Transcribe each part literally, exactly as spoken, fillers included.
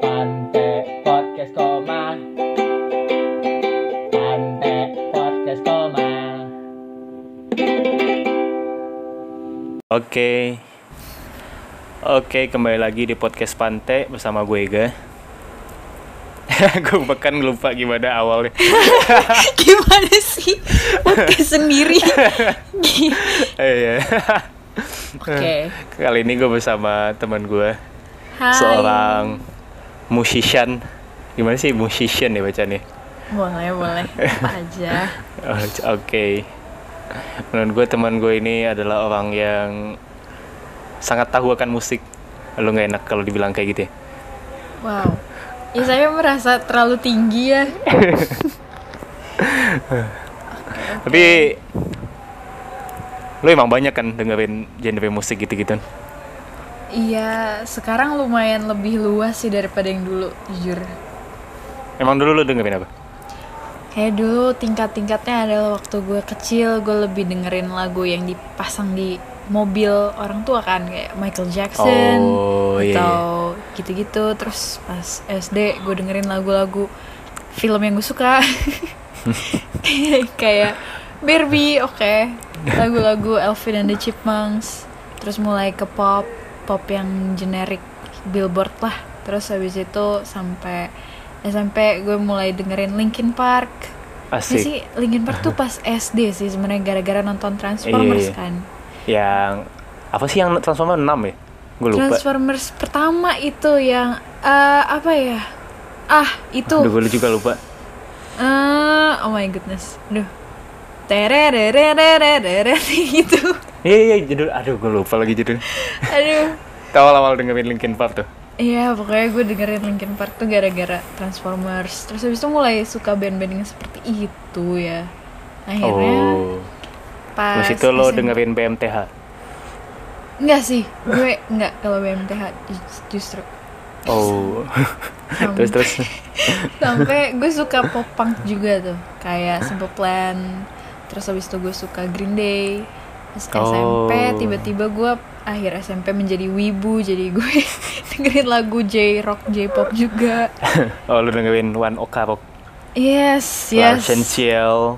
Pante Podcast Koma. Pante Podcast Koma. Oke, oke kembali lagi di podcast Pante bersama gue Ega. Gue bahkan lupa gimana awalnya. Gimana sih podcast sendiri? Iya. Oke. Kali ini gue bersama teman gue, Hai. seorang musician. Gimana sih musician ya bacanya? Boleh, boleh. Apa aja. Oh, Oke. Menurut gue teman gue ini adalah orang yang sangat tahu akan musik. Lu nggak enak kalau dibilang kayak gitu ya? Wow. Ya saya merasa terlalu tinggi ya. Tapi lu emang banyak kan dengerin genre musik gitu-gitu? Iya, sekarang lumayan lebih luas sih daripada yang dulu, jujur. Emang dulu lu dengerin apa? Kayak dulu tingkat-tingkatnya adalah waktu gue kecil, gue lebih dengerin lagu yang dipasang di mobil orang tua kan, kayak Michael Jackson Oh, iya, atau gitu-gitu. Terus pas S D gue dengerin lagu-lagu film yang gue suka. Kayak Barbie, oke okay. Lagu-lagu Alvin and the Chipmunks. Terus mulai ke pop, pop yang generic Billboard lah. Terus habis itu sampai S M P gue mulai dengerin Linkin Park. Asik. Ya sih, Linkin Park tuh pas S D sih sebenarnya, gara-gara nonton Transformers. Iya, iya. Kan. Yang apa sih yang Transformers enam ya? Gue lupa. Transformers pertama itu yang uh, apa ya? Ah, itu. Aduh, gue juga lupa. Uh, oh my goodness. Aduh. Tererererererere gitu. Iya, iya, judul. Aduh, gue lupa lagi judul. Aduh. Awal-awal dengerin Linkin Park tuh. Iya, pokoknya gue dengerin Linkin Park tuh gara-gara Transformers. Terus habis itu mulai suka band-band yang seperti itu ya. Akhirnya Oh. pas Terus itu lo dengerin B M T H? Enggak sih, gue enggak kalau B M T H justru. Oh. terus terus. Sampai gue suka pop punk juga tuh, kayak Simple Plan. Terus habis itu gue suka Green Day. Terus Oh. S M P tiba-tiba gue akhir S M P menjadi wibu, jadi gue dengerin lagu J-rock, J-pop juga. Oh, lo dengerin One Ok Rock? Yes, yes. Essential.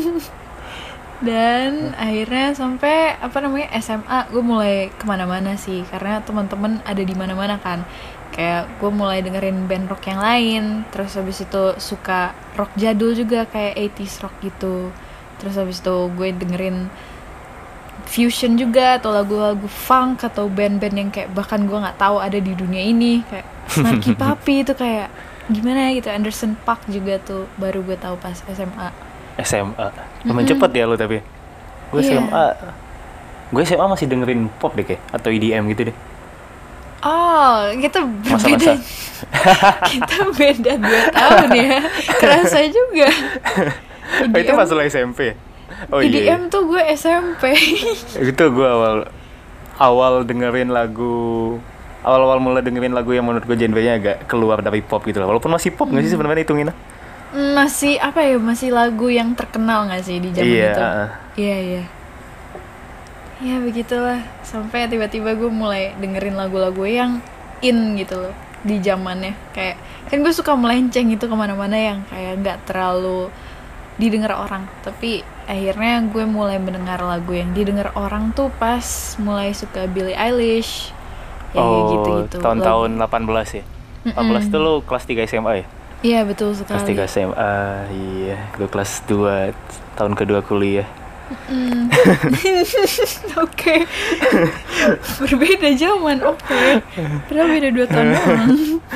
Dan akhirnya sampai apa namanya S M A gue mulai kemana-mana sih, karena teman-teman ada di mana-mana kan. Kayak gue mulai dengerin band rock yang lain. Terus habis itu suka rock jadul juga, kayak eighties rock gitu. Terus habis itu gue dengerin fusion juga, atau lagu-lagu funk, atau band-band yang kayak bahkan gue nggak tahu ada di dunia ini, kayak Snarky Puppy itu kayak gimana gitu. Anderson .Paak juga tuh baru gue tahu pas S M A. S M A. Lumayan cepet ya lo tapi. Gue Yeah. S M A. Gue S M A masih dengerin pop deh kayak, atau E D M gitu deh. Oh, kita berbeda. Masa-masa. Kita beda dua tahun ya. Kerasa juga. E D M, Oh, itu pas lo S M P. Oh E D M iya. tuh gue S M P. Itu gue awal awal dengerin lagu awal-awal mulai dengerin lagu yang menurut gue genrenya agak keluar dari pop gitu lah. Walaupun masih pop nggak sih sebenarnya hitunginnya? Masih apa ya? Masih lagu yang terkenal nggak sih di zaman Iya, itu? uh. Iya, iya. Ya begitulah. Sampai tiba-tiba gue mulai dengerin lagu-lagu yang in gitu loh di zamannya. Kayak kan gue suka melenceng itu kemana-mana yang kayak nggak terlalu didengar orang. Tapi akhirnya gue mulai mendengar lagu yang didengar orang tuh pas mulai suka Billie Eilish. Ya, kayak Oh, gitu-gitu. tahun-tahun delapan belas ya. delapan belas itu lo kelas tiga S M A ya? Iya, betul sekali. Kelas tiga S M A, iya. Gue kelas dua, tahun kedua kuliah. Mm. Oke. Berbeda zaman, oke. Okay. Padahal beda dua tahun doang.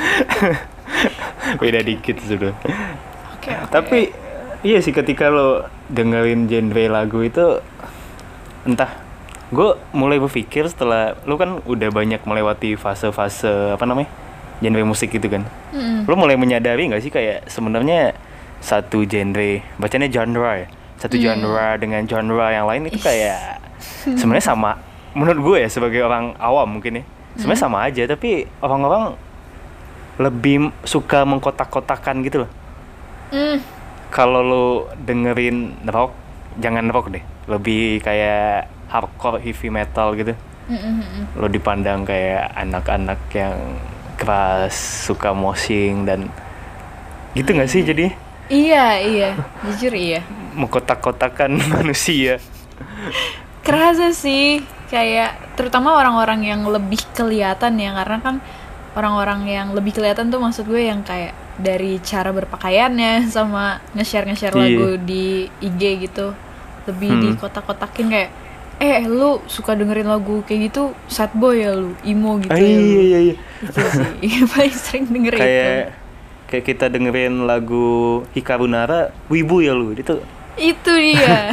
Beda dikit sudah. Oke, oke. Tapi iya sih, ketika lo dengerin genre lagu itu, entah, gue mulai berpikir setelah lo kan udah banyak melewati fase-fase apa namanya genre musik gitu kan. Mm-mm. Lo mulai menyadari nggak sih kayak sebenarnya satu genre, bacanya genre ya, satu Mm. genre dengan genre yang lain itu Is. kayak sebenarnya sama. Menurut gue ya sebagai orang awam mungkin ya, sebenarnya Mm. sama aja, tapi orang-orang lebih suka mengkotak-kotakan gitu loh. Mm. Kalau lo dengerin rock, jangan rock deh, lebih kayak hardcore, heavy metal gitu. Mm-mm. Lo dipandang kayak anak-anak yang keras, suka moshing dan gitu nggak sih jadi Iya, iya, jujur iya. mengkotak-kotakan manusia. Kerasa sih, kayak terutama orang-orang yang lebih kelihatan ya, karena kan orang-orang yang lebih kelihatan tuh maksud gue yang kayak dari cara berpakaiannya sama nge-share nge-share Iya. lagu di I G gitu, lebih Hmm. di kotak-kotakin kayak eh lu suka dengerin lagu kayak gitu sad boy ya lu, emo gitu Ah, ya iya lu. iya iya. Itu sih paling sering denger itu. Kayak kayak kita dengerin lagu Hikaru Nara, wibu ya lu. Itu Itu dia.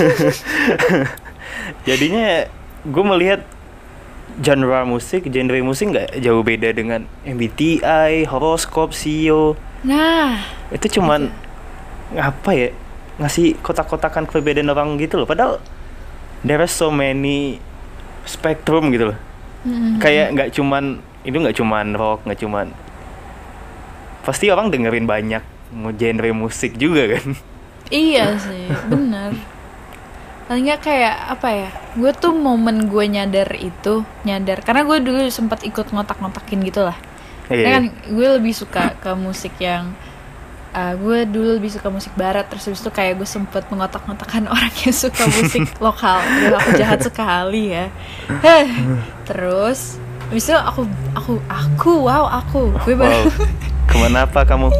jadinya gue melihat genre musik, genre musik nggak jauh beda dengan M B T I, horoskop, S E O. Nah, Itu cuman apa ya, ngasih kotak-kotakan perbedaan orang gitu loh. Padahal there are so many spectrum gitu loh. mm, Kayak nggak cuman itu nggak cuman rock, nggak cuman, pasti orang dengerin banyak genre musik juga kan. iya sih, bener. Paling nggak kayak apa ya? Gue tuh momen gue nyadar itu, nyadar karena gue dulu sempat ikut ngotak-ngotakin gitu lah. Iya. Karena kan gue lebih suka ke musik yang uh, gue dulu lebih suka musik barat, terus habis itu kayak gue sempet mengotak-ngotakan orang yang suka musik lokal. Aduh, aku jahat sekali ya. Heh. Terus habis itu aku aku aku wow aku gue baru Wow. Kemana apa kamu?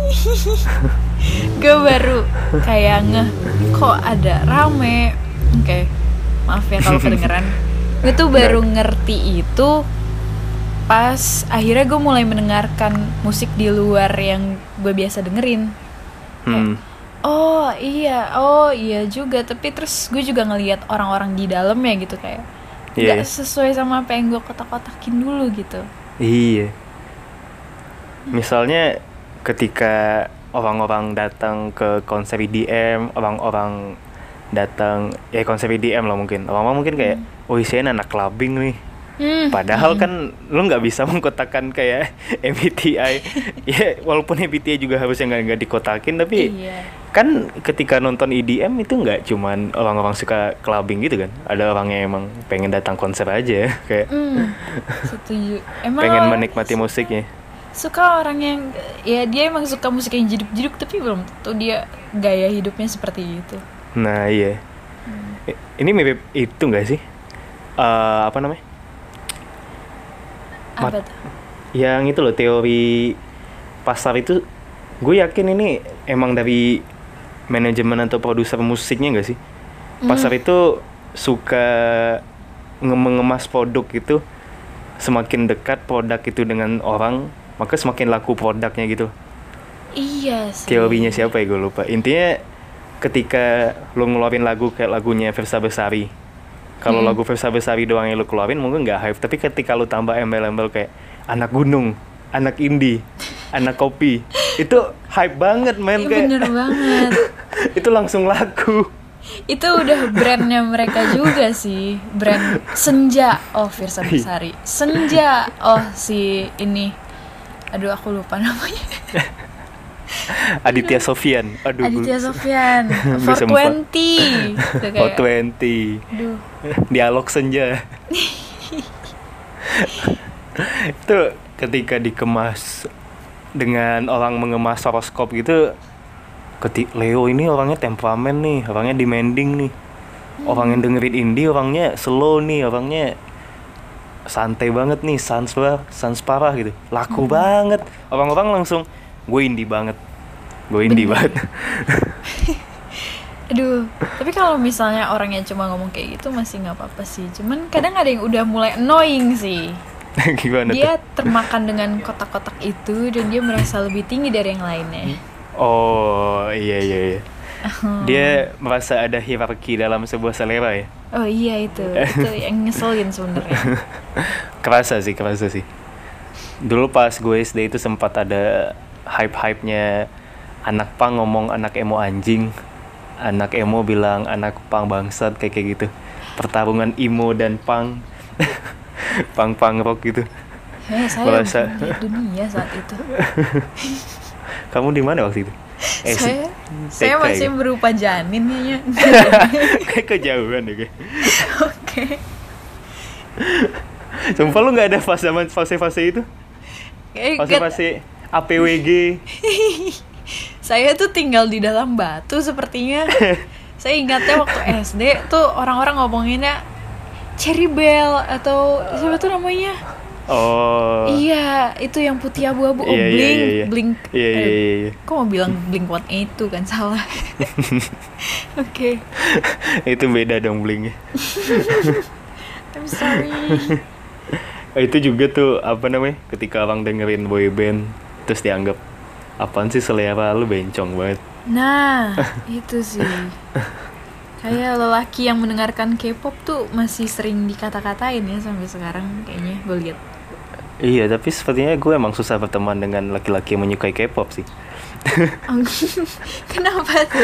gue baru kayak ngeh kok ada rame. Oke, maaf ya kalau kedengeran. Gue tuh baru ngerti itu pas akhirnya gue mulai mendengarkan musik di luar yang gue biasa dengerin. Hmm. Oh iya, oh iya juga. Tapi terus gue juga ngelihat orang-orang di dalamnya gitu kayak Iya. nggak sesuai sama apa yang gue kotak-kotakin dulu gitu. Iya. Misalnya ketika orang-orang datang ke konser E D M, orang-orang datang ya konser E D M lah mungkin. Orang-orang mungkin kayak, oh isinya anak clubbing nih. Hmm. Padahal kan lu nggak bisa mengkotakan kayak M B T I. Ya walaupun M B T I juga harusnya nggak nggak dikotakin, tapi Iya. kan ketika nonton E D M itu nggak cuman orang-orang suka clubbing gitu kan. Ada orang yang emang pengen datang konser aja kayak Hmm, setuju. Emang pengen orang menikmati musiknya. suka orang yang ya dia emang suka musik yang jeduk-jeduk tapi belum tentu dia gaya hidupnya seperti itu. Nah iya. I- Ini mirip itu nggak sih? Eh, apa namanya? Mat- Apa tuh? Yang itu loh, teori pasar itu, gue yakin ini emang dari manajemen atau produser musiknya nggak sih? Pasar itu suka nge- mengemas produk itu, semakin dekat produk itu dengan orang, maka semakin laku produknya gitu. Iya sih. Teorinya siapa ya gue lupa. Intinya ketika lo ngeluarin lagu kayak lagunya Versa Besari, kalau Hmm. lagu Versa Besari doang yang lo keluarin mungkin nggak hype, tapi ketika lo tambah embel-embel kayak anak gunung, anak indie, anak kopi, itu hype banget men. Iya, Kayak bener banget. itu langsung laku. Itu udah brandnya mereka juga sih. Brand Senja. Oh, Firsa Besari. Senja. Oh, si ini. Aduh, aku lupa namanya. Aditya Sofyan, aduh Aditya Sofyan. Bisa four twenty. Itu kayak, four twenty, aduh. dialog senja. Itu ketika dikemas dengan orang mengemas horoskop gitu, ketik Leo ini orangnya temperamen nih, orangnya demanding nih, orang yang dengerin indie orangnya slow nih, orangnya santai banget nih, sans parah, sans parah gitu, laku banget, orang-orang langsung gue indie banget, gue indie Bener. banget. Aduh, tapi kalau misalnya orangnya cuma ngomong kayak gitu masih nggak apa-apa sih. Cuman kadang ada yang udah mulai annoying sih. Gimana Dia tuh? termakan dengan kotak-kotak itu dan dia merasa lebih tinggi dari yang lainnya. Oh iya iya iya. Dia merasa ada hierarki dalam sebuah selera ya. Oh iya itu, itu yang ngeselin sebenarnya. Kerasa sih, kerasa sih. Dulu pas gue S D itu sempat ada hype-hype-nya anak pang ngomong anak emo anjing, anak emo bilang anak pang bangsat, kayak kayak gitu. Pertarungan emo dan pang, pang-pang rock gitu. Eh, saya Merasa- belum melihat dunia saat itu. Kamu di mana waktu itu? Eh, sih. saya saya T K masih ya? berupa janin kayaknya. Kayak kejauhan deh kayak. Oke. Sumpah lu nggak ada fase fase fase itu? Eh, gat- Observasi A P W G. Saya tuh tinggal di dalam batu sepertinya. Saya ingatnya waktu S D tuh orang-orang ngomonginnya Cherry Bell atau siapa tuh namanya? Oh. Iya, itu yang putih abu-abu. Oh, Iya, iya, Blink, iya, iya. Blink. Iya, iya, eh, iya, iya. Kok mau bilang Blink one eighty-two kan salah. Oke, Itu beda dong Blink-nya. I'm sorry. Itu juga tuh apa namanya? Ketika orang dengerin boy band terus dianggap apaan sih, selera lu bencong banget. Nah, itu sih. Kayak lelaki yang mendengarkan K-pop tuh masih sering dikata-katain ya sampai sekarang kayaknya gue lihat. Iya, tapi sepertinya gue emang susah berteman dengan laki-laki yang menyukai K-pop sih. Kenapa tuh?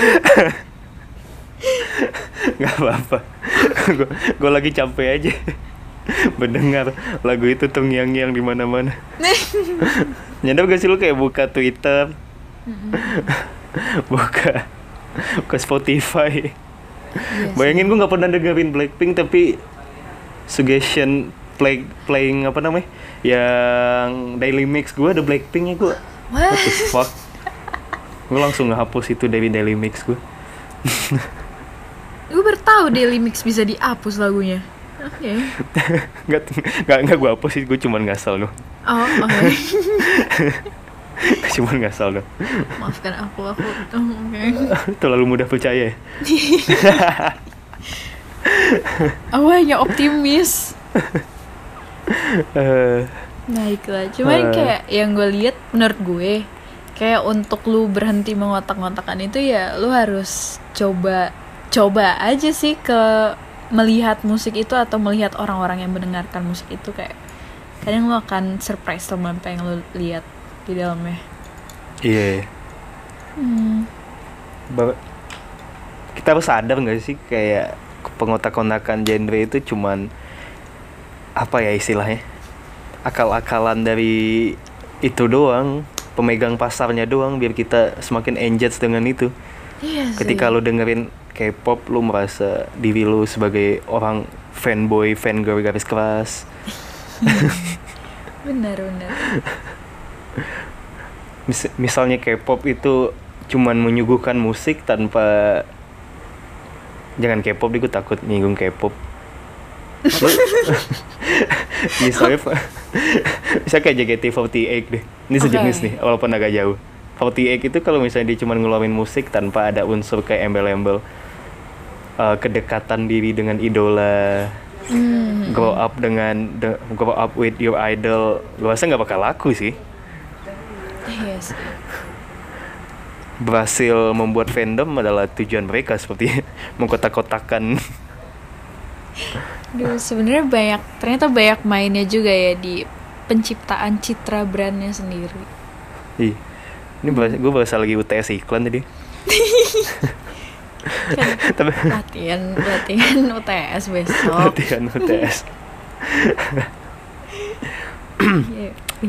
Gak apa-apa. Gue gue lagi capek aja mendengar lagu itu terngiang-ngiang di mana-mana. Nyadar gak sih lu kayak buka Twitter, buka buka Spotify. Iya Bayangin gue nggak pernah dengerin Blackpink tapi suggestion play playing apa namanya yang daily mix gue ada Blackpinknya, gue What? what the fuck, gue langsung ngehapus itu dari daily mix gue. Gue baru tahu Daily Mix bisa dihapus lagunya. Oke. nggak nggak nggak gue hapus sih, gue cuman ngasal doang. Oh, oke. Cuman ngasal dong. Maafkan aku, aku. Oh, oke. Terlalu mudah percaya ya. Aku hanya optimis. Eh, Baiklah, cuman Eh. kayak yang gue lihat menurut gue kayak untuk lu berhenti mengotak-ngotakan itu ya lu harus coba coba aja sih ke melihat musik itu atau melihat orang-orang yang mendengarkan musik itu, kayak kadang lu akan surprise sama apa yang lu lihat di dalamnya. Iya. Hmm. Ba- Kita harus sadar nggak sih kayak pengotak-kotakan genre itu cuman apa ya istilahnya, akal-akalan dari itu doang, pemegang pasarnya doang biar kita semakin engage dengan itu. Iya sih. Ketika lu dengerin K-pop, lu merasa diri lu sebagai orang fanboy, fangirl garis keras. Benar, benar. Mis- misalnya K-pop itu cuman menyuguhkan musik tanpa, jangan K-pop deh, gue takut nyinggung K-pop. Lu- misalnya misalnya kayak J K T empat delapan deh, ini sejenis Oke. nih walaupun agak jauh. empat delapan itu kalau misalnya dia cuma ngeluarin musik tanpa ada unsur kayak embel-embel uh, kedekatan diri dengan idola, Hmm. grow up dengan de- grow up with your idol, gue rasa nggak bakal laku sih. Iya sih. Berhasil membuat fandom adalah tujuan mereka, seperti mengkotak-kotakan. Duh, sebenarnya banyak, ternyata banyak mainnya juga ya di penciptaan citra brandnya sendiri. Ih, ini berasa, gue berasa lagi U T S iklan tadi. Kan Tapi latihan latihan U T S besok. latihan U T S. Iya.